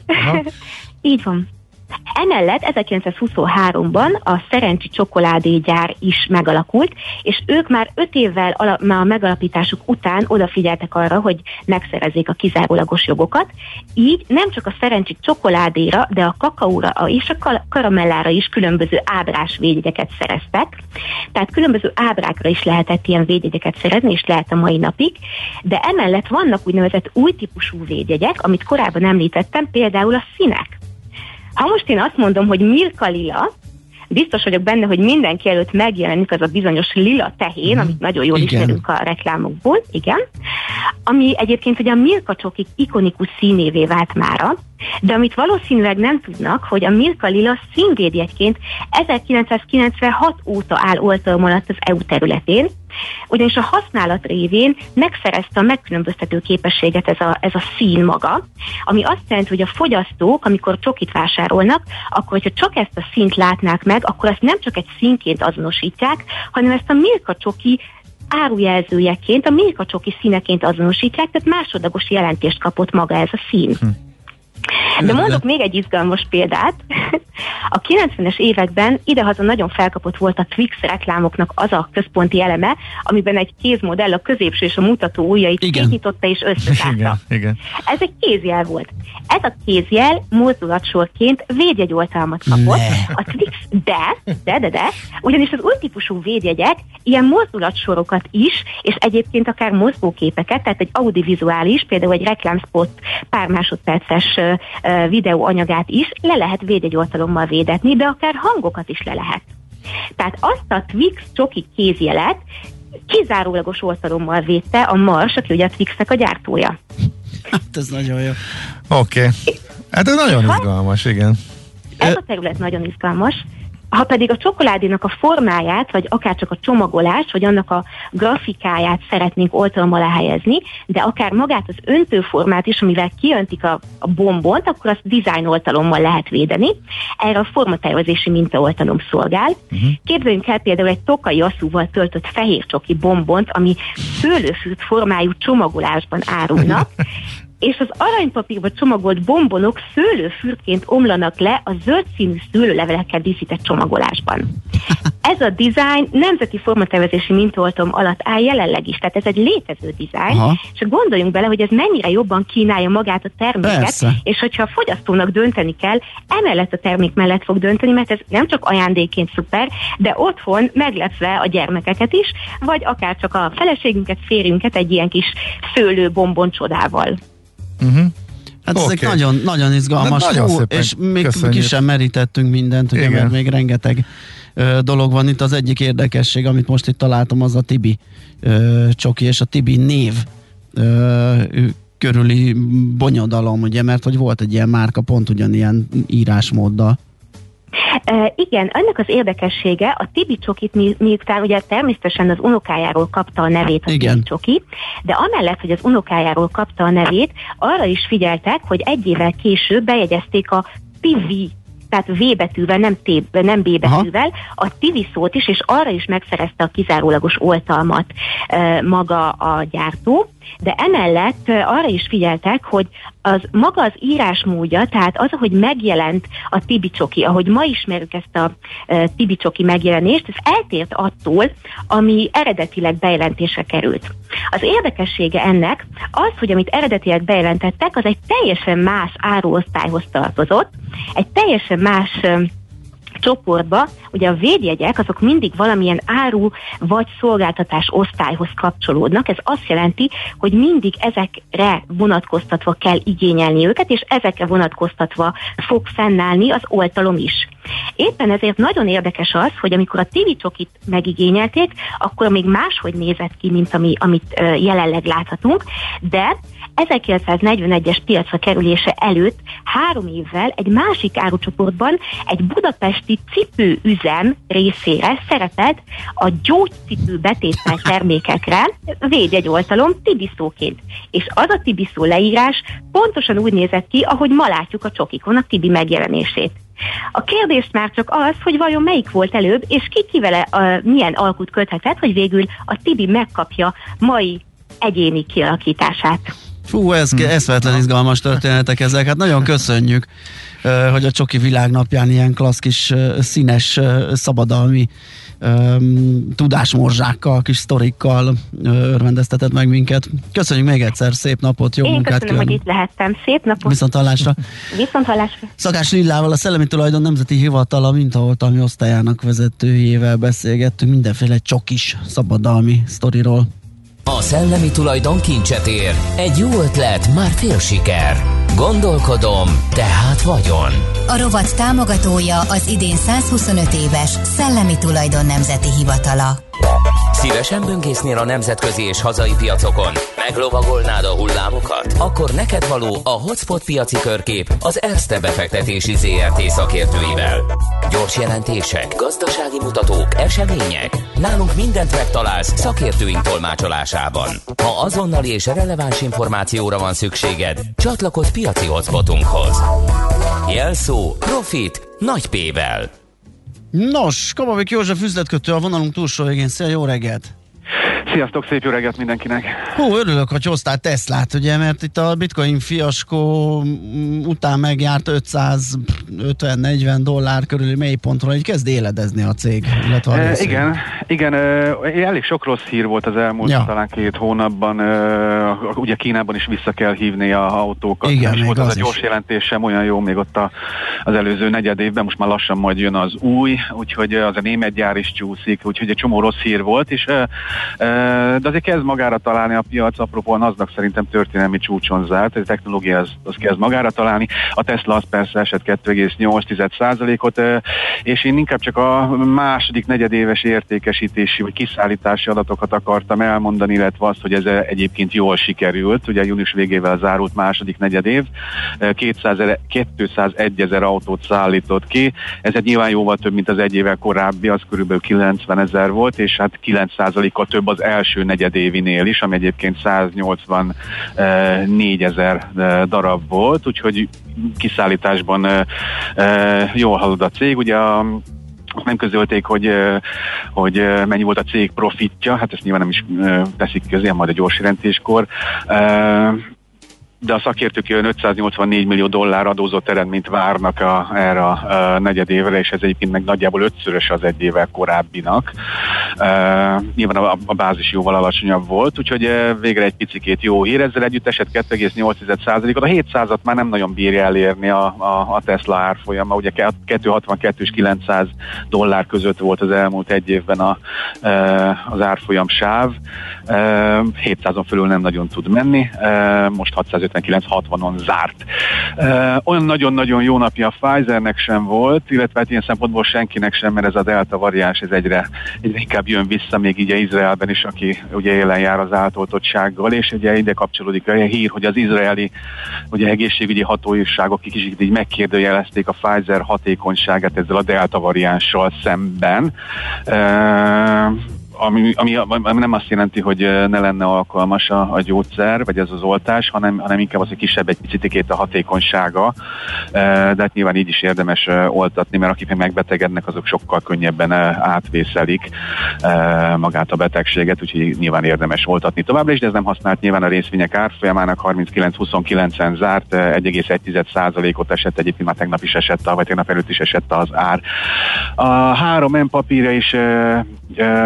Így van. Emellett ezerkilencszázhuszonháromban a Szerencsi csokoládégyár is megalakult, és ők már öt évvel a megalapításuk után odafigyeltek arra, hogy megszerezzék a kizárólagos jogokat. Így nem csak a Szerencsi csokoládéra, de a kakaóra és a karamellára is különböző ábrás védjegyeket szereztek. Tehát különböző ábrákra is lehetett ilyen védjegyeket szerezni, és lehet a mai napig. De emellett vannak úgynevezett új típusú védjegyek, amit korábban említettem, például a színek. Ha most én azt mondom, hogy Milka lila, biztos vagyok benne, hogy mindenki előtt megjelenik az a bizonyos lila tehén, amit nagyon jól igen. ismerünk a reklámokból, igen, ami egyébként ugye a Milka csokik ikonikus színévé vált mára, de amit valószínűleg nem tudnak, hogy a Milka lila színvédjegyként ezerkilencszázkilencvenhat óta áll oltalom alatt az é u területén, ugyanis a használat révén megszerezte a megkülönböztető képességet ez a, ez a szín maga, ami azt jelenti, hogy a fogyasztók, amikor csokit vásárolnak, akkor, hogyha csak ezt a színt látnák meg, akkor azt nem csak egy színként azonosítják, hanem ezt a Milka csoki árujelzőjeként, a Milka csoki színeként azonosítják, tehát másodlagos jelentést kapott maga ez a szín. Hm. De mondok még egy izgalmas példát. A kilencvenes években idehaza nagyon felkapott volt a Twix reklámoknak az a központi eleme, amiben egy kézmodell a középső és a mutató ujjait kinyitotta és összezárta. Igen, igen. Ez egy kézjel volt. Ez a kézjel mozdulatsorként védjegyoltalmat kapott. Ne. A Twix, de, de, de, de, ugyanis az új típusú védjegyek ilyen mozdulatsorokat is, és egyébként akár mozgóképeket, tehát egy audiovizuális, például egy reklámspot pár másodperces uh, videó anyagát is le lehet védjegyoltalommal védetni, de akár hangokat is le lehet. Tehát azt a Twix csoki kézjelet kizárólagos oltalommal védte a Mars, aki ugye a Twixnek a gyártója. Hát ez nagyon jó. Oké. Okay. Hát ez nagyon ha, izgalmas, igen. Ez a terület nagyon izgalmas. Ha pedig a csokoládénak a formáját, vagy akár csak a csomagolást, vagy annak a grafikáját szeretnénk oltalom alá helyezni, de akár magát az öntőformát is, amivel kiöntik a, a bombont, akkor azt design oltalommal lehet védeni. Erre a formatervezési mintaoltalom szolgál. Uh-huh. Képzeljünk el például egy tokai asszúval töltött fehér csoki bombont, ami szőlőfürt formájú csomagolásban árulnak, és az aranypapírba csomagolt bombonok szőlőfürtként omlanak le a zöld színű szőlőlevelekkel díszített csomagolásban. Ez a dizájn nemzeti formatervezési mintaoltalom alatt áll jelenleg is, tehát ez egy létező dizájn, aha. és gondoljunk bele, hogy ez mennyire jobban kínálja magát a terméket, persze. és hogyha a fogyasztónak dönteni kell, emellett a termék mellett fog dönteni, mert ez nem csak ajándékként szuper, de otthon meglepve a gyermekeket is, vagy akár csak a feleségünket, férjünket egy ilyen kis szőlőbombon csodával. Uh-huh. Hát okay. ezek nagyon, nagyon izgalmas. Nagyon Hú, és még ki sem merítettünk mindent, ugye, mert még rengeteg ö, dolog van itt. Az egyik érdekesség, amit most itt találtam, az a Tibi ö, csoki és a Tibi név ö, körüli bonyodalom, ugye, mert hogy volt egy ilyen márka pont ugyanilyen írásmóddal. Uh, igen, ennek az érdekessége, a Tibi csokit mi, miután ugye természetesen az unokájáról kapta a nevét a igen. Tibi csoki, de amellett, hogy az unokájáról kapta a nevét, arra is figyeltek, hogy egy évvel később bejegyezték a Tivi, tehát V betűvel, nem, T, nem B betűvel, aha. a Tivi szót is, és arra is megszerezte a kizárólagos oltalmat uh, maga a gyártó, de emellett uh, arra is figyeltek, hogy az maga az írásmódja, tehát az, ahogy megjelent a Tibi csoki, ahogy ma ismerjük ezt a uh, Tibi csoki megjelenést, ez eltért attól, ami eredetileg bejelentésre került. Az érdekessége ennek az, hogy amit eredetileg bejelentettek, az egy teljesen más áruosztályhoz tartozott, egy teljesen más uh, csoportba, ugye a védjegyek azok mindig valamilyen áru vagy szolgáltatás osztályhoz kapcsolódnak. Ez azt jelenti, hogy mindig ezekre vonatkoztatva kell igényelni őket, és ezekre vonatkoztatva fog fennállni az oltalom is. Éppen ezért nagyon érdekes az, hogy amikor a té vé csokit megigényelték, akkor még máshogy nézett ki, mint ami, amit uh, jelenleg láthatunk, de ezerkilencszáznegyvenegyes piacra kerülése előtt három évvel egy másik árucsoportban egy budapesti cipőüzem részére szerepelt a gyógycipő betéttel termékekre védjegyoltalom tibiszóként. És az a tibiszó leírás pontosan úgy nézett ki, ahogy ma látjuk a csokikon a tibi megjelenését. A kérdés már csak az, hogy vajon melyik volt előbb, és ki kivele a, milyen alkut köthetett, hogy végül a tibi megkapja mai egyéni kialakítását. Fú, ez eszvetlen izgalmas történetek ezek. Hát nagyon köszönjük, hogy a Csoki Világnapján ilyen klassz kis színes, szabadalmi tudásmorzsákkal, kis sztorikkal örvendeztetett meg minket. Köszönjük még egyszer, szép napot, jó Én munkát köszönöm, kívánunk. hogy itt lehettem. Szép napot. Viszonthallásra. Viszonthallásra. Szakás Lillával, a Szellemi Tulajdon Nemzeti Hivatala mintaoltalmi osztályának vezetőjével beszélgettünk mindenféle csokis szabadalmi sztoriról. A szellemi tulajdon kincset ér. Egy jó ötlet, már fél siker. Gondolkodom, tehát vagyon. A rovat támogatója az idén százhuszonöt éves Szellemi Tulajdon Nemzeti Hivatala. Szívesen böngésznél a nemzetközi és hazai piacokon? Meglovagolnád a hullámokat? Akkor neked való a Hotspot piaci körkép az Erste befektetési zé er té szakértőivel. Gyors jelentések, gazdasági mutatók, események. Nálunk mindent megtalálsz szakértőink tolmácsolásában. Ha azonnali és releváns információra van szükséged, csatlakozz piaci hotspotunkhoz. Jelszó Profit nagy P-vel. Nos, Kababik József üzletkötő a vonalunk túlsó végén. Szia, jó reggelt! Sziasztok, szép jó reggelt mindenkinek! Hú, örülök, hogy hoztál Teslát, ugye, mert itt a bitcoin fiaskó után megjárt ötszázötven-negyven dollár körüli mélypontról, így kezd éledezni a cég. Illetve a e, igen, igen, e, elég sok rossz hír volt az elmúlt ja. talán két hónapban, e, ugye Kínában is vissza kell hívni a autókat. Igen, és volt az, az a gyors is. jelentés sem olyan jó még ott a, az előző negyed évben, most már lassan majd jön az új, úgyhogy az a német gyár is csúszik, úgyhogy egy csomó rossz hír volt, és e, e, de azért kezd magára találni a piac, apropóan aznak szerintem történelmi csúcson zárt, a technológia az, az kezd magára találni, a Tesla az persze esett kettő egész nyolc százalékot, és én inkább csak a második negyedéves értékesítési vagy kiszállítási adatokat akartam elmondani, illetve azt, hogy ez egyébként jól sikerült, ugye június végével zárult második negyedév, kétszázegy-ezer autót szállított ki, ez egy nyilván jóval több, mint az egy évvel korábbi, az körülbelül kilencvenezer volt, és hát kilenc százalékkal több az első negyedévinél is, ami egyébként száznyolcvannégyezer darab volt, úgyhogy kiszállításban jól halad a cég. Ugye a nem közölték, hogy, hogy mennyi volt a cég profitja, hát ezt nyilván nem is teszik közé, majd a gyors jelentéskor. De a szakértők jön ötszáznyolcvannégy millió dollár adózott eredményt várnak a, erre a, a negyed évre, és ez egyébként meg nagyjából ötszörös az egy évvel korábbinak. Uh, nyilván a, a bázis jóval alacsonyabb volt, úgyhogy uh, végre egy picikét jó hír. Ezzel együtt esett kettő egész nyolc százalékot. A hétszázat már nem nagyon bírja elérni a, a, a Tesla árfolyama. Ugye kétszázhatvankettő és kilencszáz dollár között volt az elmúlt egy évben a, uh, az árfolyam sáv. Uh, hétszázon fölül nem nagyon tud menni. Uh, most hatszázötvenkilenc hatvanon zárt. Uh, olyan nagyon-nagyon jó napja a Pfizernek sem volt, illetve hát ilyen szempontból senkinek sem, mert ez a delta variáns, ez egyre, egyre inkább jön vissza, még így Izraelben is, aki ugye élen jár az átoltottsággal, és ugye ide kapcsolódik a hír, hogy az izraeli ugye egészségügyi hatóságok kicsit így megkérdőjelezték a Pfizer hatékonyságát ezzel a delta variánssal szemben. Uh, Ami, ami, ami nem azt jelenti, hogy ne lenne alkalmas a, a gyógyszer, vagy ez az oltás, hanem, hanem inkább az, hogy kisebb egy picit a hatékonysága, de hát nyilván így is érdemes oltatni, mert akik megbetegednek, azok sokkal könnyebben átvészelik magát a betegséget, úgyhogy nyilván érdemes oltatni továbbra is, de ez nem használt nyilván a részvények árfolyamának harminckilenc huszonkilencen zárt, egy egész egy százalékot esett, egyébként már tegnap is esett, vagy tegnap előtt is esett az ár. A három M papírja is esett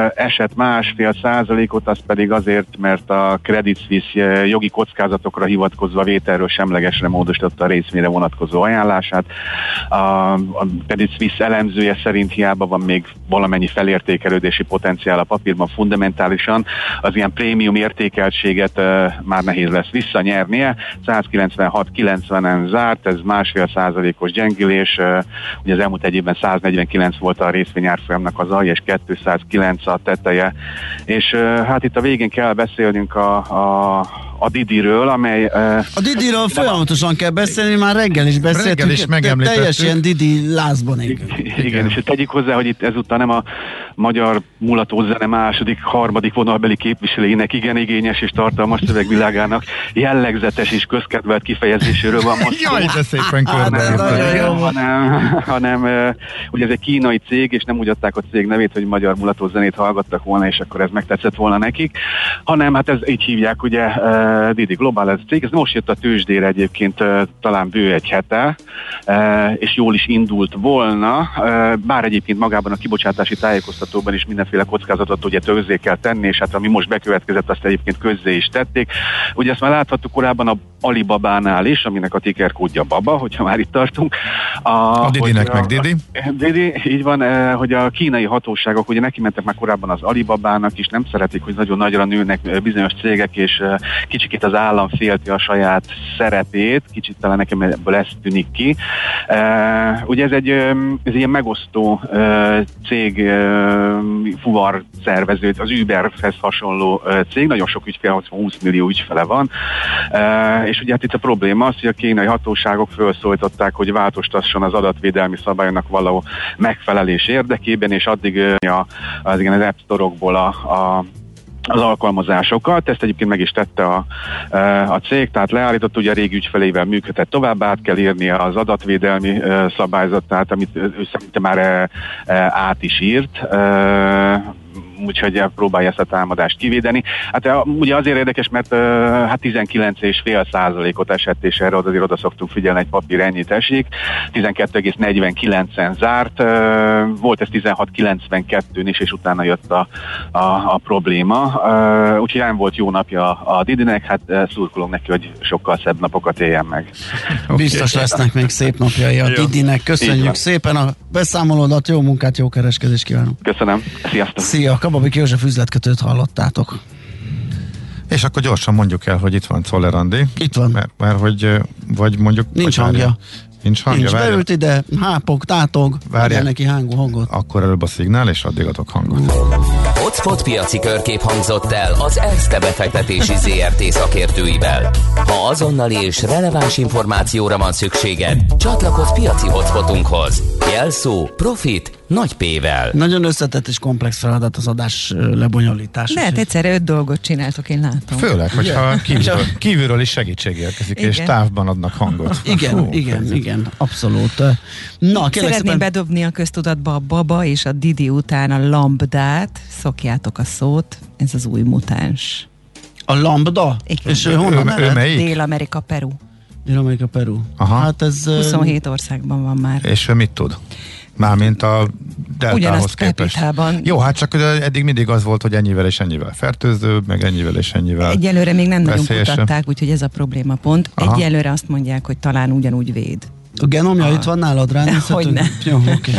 esett másfél százalékot, az pedig azért, mert a Credit Suisse jogi kockázatokra hivatkozva vételről semlegesre módosította a részvényre vonatkozó ajánlását. A, a Credit Suisse elemzője szerint hiába van még valamennyi felértékelődési potenciál a papírban, fundamentálisan az ilyen prémium értékeltséget uh, már nehéz lesz visszanyernie. százkilencvenhat kilencvenen zárt, ez másfél százalékos gyengülés, uh, ugye az elmúlt egy évben száznegyvenkilenc volt a részvényárfolyamnak az alja, és kétszázkilenc a teteje. És uh, hát itt a végén kell beszélnünk a, a a Didiről, amely... Uh, a Didiről folyamatosan kell beszélni, már reggel is beszéltünk. Reggel is megemlítettük. Teljes ilyen Didi lázban ég. Igen, igen, és tegyük hozzá, hogy itt ezúttal nem a magyar mulatózene második, harmadik vonalbeli képviselőinek igen igényes és tartalmas szövegvilágának jellegzetes és közkedvelt kifejezéséről van most. Jaj, de szépen körbeírtad. hanem, hanem uh, ugye ez egy kínai cég, és nem úgy adták a cég nevét, hogy magyar mulatózenét hallgattak volna, és akkor ez megtetszett volna nekik, hanem hát ez így hívják ugye uh, Didi Global, ez cég, ez most jött a tőzsdére egyébként uh, talán bő egy hete, uh, és jól is indult volna, uh, bár egyébként magában a kibocsátási tájékoztatóban is mindenféle kockázatot ugye közzé kell tenni, és hát ami most bekövetkezett, azt egyébként közzé is tették. Ugye ezt már láthattuk korábban a Alibabánál is, aminek a ticker kódja Baba, hogyha már itt tartunk. A, a Didinek meg Didi. A, Didi, így van, uh, hogy a kínai hatóságok ugye neki mentek már korábban az Alibabának is, nem szeretik, hogy nagyon nagyra nőnek bizonyos cégek, és uh, kicsikét az állam félti a saját szerepét, kicsit talán nekem ebből ez tűnik ki. Uh, ugye ez egy, um, ez ilyen megosztó uh, cég, uh, fuvar szervező, az Uberhez hasonló uh, cég, nagyon sok ügyfél, húsz millió ügyfele van, uh, és ugye hát itt a probléma az, hogy a kínai hatóságok felszólították, hogy változtasson az adatvédelmi szabályoknak való megfelelés érdekében, és addig uh, a, az, igen, az App Store-okból a, a az alkalmazásokat, ezt egyébként meg is tette a, a cég, tehát leállított, ugye a régi ügyfelével működhet tovább, át kell írni az adatvédelmi szabályzatát, amit ő szerintem már át is írt, úgyhogy próbálja ezt a támadást kivédeni. Hát ugye azért érdekes, mert hát tizenkilenc egész öt százalékot esett, és erre azért oda szoktunk figyelni, egy papír ennyit esik. tizenkettő egész negyvenkilencen zárt, volt ez tizenhat kilencvenkettőn is, és utána jött a, a, a probléma. Úgyhogy nem volt jó napja a Didinek, hát szurkolom neki, hogy sokkal szebb napokat éljen meg. Okay. Biztos lesznek még szép napjai a Didinek. Köszönjük szépen a beszámolódat, jó munkát, jó kereskedést kívánunk. Köszönöm, sziasztok! Szia, Kababik József üzletkötőt hallottátok. És akkor gyorsan mondjuk el, hogy itt van Czoller Andi. Itt van. Mert, mert hogy, vagy mondjuk... Nincs hangja. Várja. Nincs hangja, Nincs, várja. beült ide, hápog, tátog, várja neki hángó hangot. Akkor előbb a szignál, és addig adok hangot. Hotspot piaci körkép hangzott el az Erste befektetési zé er té szakértőivel. Ha azonnali és releváns információra van szükséged, csatlakozz piaci hotspotunkhoz. Jelszó Profit nagy P-vel. Nagyon összetett és komplex feladat az adás lebonyolítás. De hát egyszerre öt dolgot csináltok, én látom. Főleg, hogyha kívülről, kívülről is segítség érkezik, igen. És távban adnak hangot. Igen, Fú, igen, igen, igen, abszolút. Na, szeretném szépen bedobni a köztudatba a Baba és a Didi után a Lambdát. Szokjátok a szót, ez az új mutáns. A Lambda? Igen. És honnan ő, ő melyik? Dél-Amerika, Peru. Dél-Amerika, Peru. Aha. Hát ez... huszonhét országban van már. És ő mit tud? Mármint a deltához képest. Pepitában. Jó, hát csak eddig mindig az volt, hogy ennyivel és ennyivel fertőzőbb, meg ennyivel és ennyivel egyelőre még nem nagyon veszélyesebb. kutatták, úgyhogy ez a probléma pont. Aha. Egyelőre azt mondják, hogy talán ugyanúgy véd. A genomja itt van nálad, ránézhetünk? Hogyne. Jó, oké. Okay.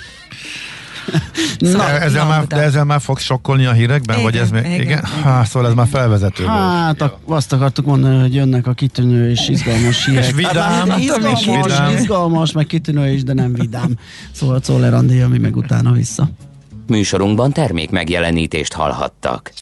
Na, ezzel már, de ezzel már fogsz sokkolni a hírekben? Igen, vagy ez még, igen, igen? igen. Há, szóval ez már felvezető hát, volt. Hát azt akartuk mondani, hogy jönnek a kitűnő és izgalmas hírek. És vidám. Hát, izgalmas, és vidám. izgalmas, meg kitűnő is, de nem vidám. Szóval Czoller Andi, ami meg utána vissza. Műsorunkban termék megjelenítést hallhattak.